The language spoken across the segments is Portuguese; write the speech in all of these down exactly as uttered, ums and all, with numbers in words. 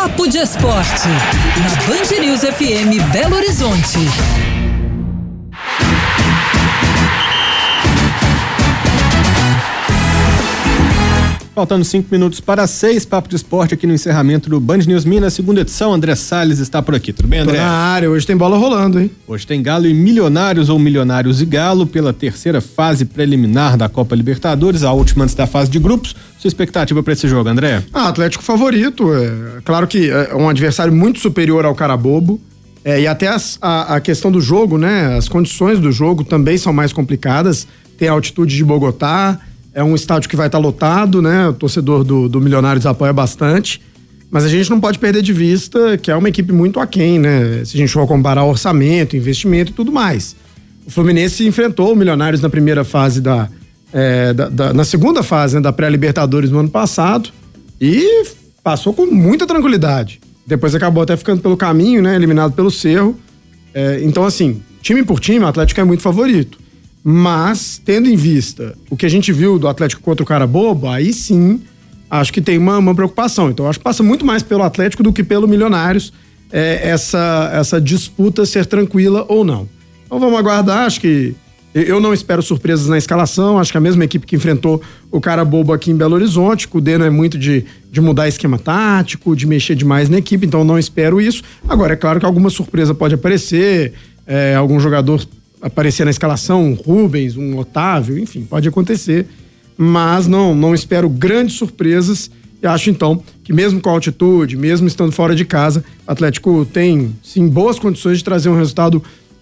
Papo de Esporte, na Band News F M Belo Horizonte. Faltando cinco minutos para seis, Papo de Esporte aqui no encerramento do Band News Minas, segunda edição. André Salles está por aqui, tudo bem, André? Tô na área, hoje tem bola rolando, hein? Hoje tem Galo e Milionários ou Milionários e Galo pela terceira fase preliminar da Copa Libertadores, a última antes da fase de grupos. Sua expectativa para esse jogo, André? Ah, Atlético favorito, é claro que é um adversário muito superior ao Carabobo, é, e até as, a, a questão do jogo, né? As condições do jogo também são mais complicadas, tem a altitude de Bogotá. É um estádio que vai estar lotado, né? O torcedor do, do Milionários apoia bastante. Mas a gente não pode perder de vista que é uma equipe muito aquém, né? Se a gente for comparar orçamento, investimento e tudo mais. O Fluminense enfrentou o Milionários na primeira fase da... É, da, da na segunda fase, né, da pré-Libertadores no ano passado e passou com muita tranquilidade. Depois acabou até ficando pelo caminho, né? Eliminado pelo Cerro. É, então, assim, time por time, o Atlético é muito favorito. Mas, tendo em vista o que a gente viu do Atlético contra o Carabobo, aí sim, acho que tem uma, uma preocupação. Então, acho que passa muito mais pelo Atlético do que pelo Milionários é, essa, essa disputa ser tranquila ou não. Então, vamos aguardar. Acho que eu não espero surpresas na escalação. Acho que a mesma equipe que enfrentou o Carabobo aqui em Belo Horizonte, o Deno é muito de, de mudar esquema tático, de mexer demais na equipe, então não espero isso. Agora, é claro que alguma surpresa pode aparecer, é, algum jogador aparecer na escalação, um Rubens, um Otávio, enfim, pode acontecer, mas não, não espero grandes surpresas e acho então que mesmo com a altitude, mesmo estando fora de casa, o Atlético tem sim boas condições de trazer um resultado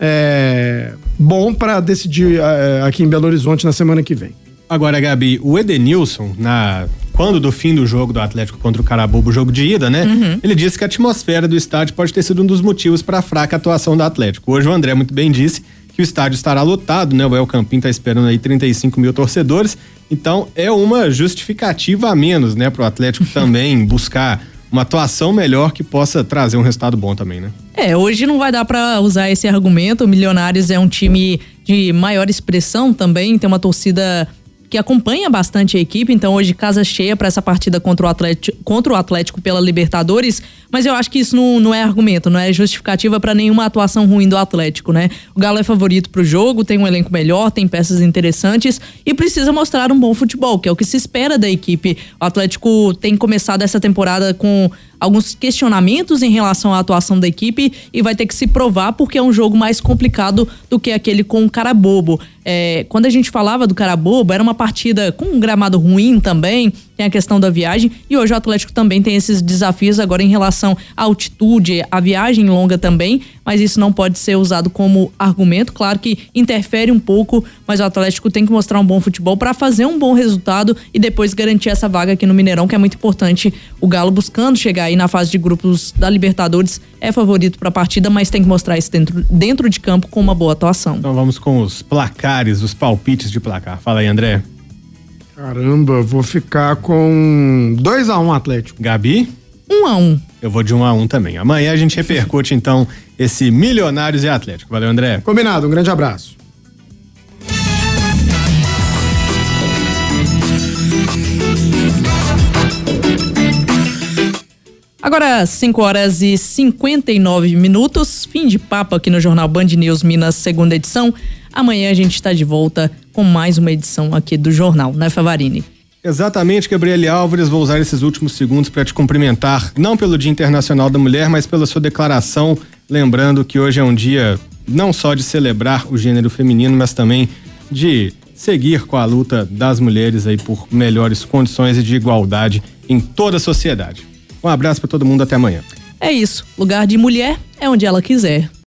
é, bom para decidir é, aqui em Belo Horizonte na semana que vem. Agora, Gabi, o Edenilson, na, quando do fim do jogo do Atlético contra o Carabobo, o jogo de ida, né? Uhum. Ele disse que a atmosfera do estádio pode ter sido um dos motivos para a fraca atuação do Atlético. Hoje o André muito bem disse que o estádio estará lotado, né? O El Campín tá esperando aí trinta e cinco mil torcedores, então é uma justificativa a menos, né? Pro Atlético também buscar uma atuação melhor que possa trazer um resultado bom também, né? É, hoje não vai dar pra usar esse argumento. O Milionários é um time de maior expressão também, tem uma torcida que acompanha bastante a equipe, então hoje casa cheia para essa partida contra o Atlético, contra o Atlético pela Libertadores, mas eu acho que isso não, não é argumento, não é justificativa para nenhuma atuação ruim do Atlético, né? O Galo é favorito pro jogo, tem um elenco melhor, tem peças interessantes e precisa mostrar um bom futebol, que é o que se espera da equipe. O Atlético tem começado essa temporada com alguns questionamentos em relação à atuação da equipe e vai ter que se provar porque é um jogo mais complicado do que aquele com o Carabobo. É, quando a gente falava do Carabobo, era uma partida com um gramado ruim também, tem a questão da viagem e hoje o Atlético também tem esses desafios agora em relação à altitude, a viagem longa também, mas isso não pode ser usado como argumento. Claro que interfere um pouco, mas o Atlético tem que mostrar um bom futebol para fazer um bom resultado e depois garantir essa vaga aqui no Mineirão, que é muito importante. O Galo buscando chegar aí na fase de grupos da Libertadores é favorito para a partida, mas tem que mostrar isso dentro, dentro de campo com uma boa atuação. Então vamos com os placares, os palpites de placar. Fala aí, André. Caramba, vou ficar com dois a um Atlético. Gabi? um a um. Eu vou de um a um também. Amanhã a gente repercute então esse Milionários e Atlético. Valeu, André. Combinado, um grande abraço. Agora, cinco horas e cinquenta e nove minutos, fim de papo aqui no Jornal Band News Minas, segunda edição. Amanhã a gente está de volta com mais uma edição aqui do Jornal, né, Favarini? Exatamente, Gabriele Álvares, vou usar esses últimos segundos para te cumprimentar, não pelo Dia Internacional da Mulher, mas pela sua declaração, lembrando que hoje é um dia não só de celebrar o gênero feminino, mas também de seguir com a luta das mulheres aí por melhores condições e de igualdade em toda a sociedade. Um abraço para todo mundo, até amanhã. É isso, lugar de mulher é onde ela quiser.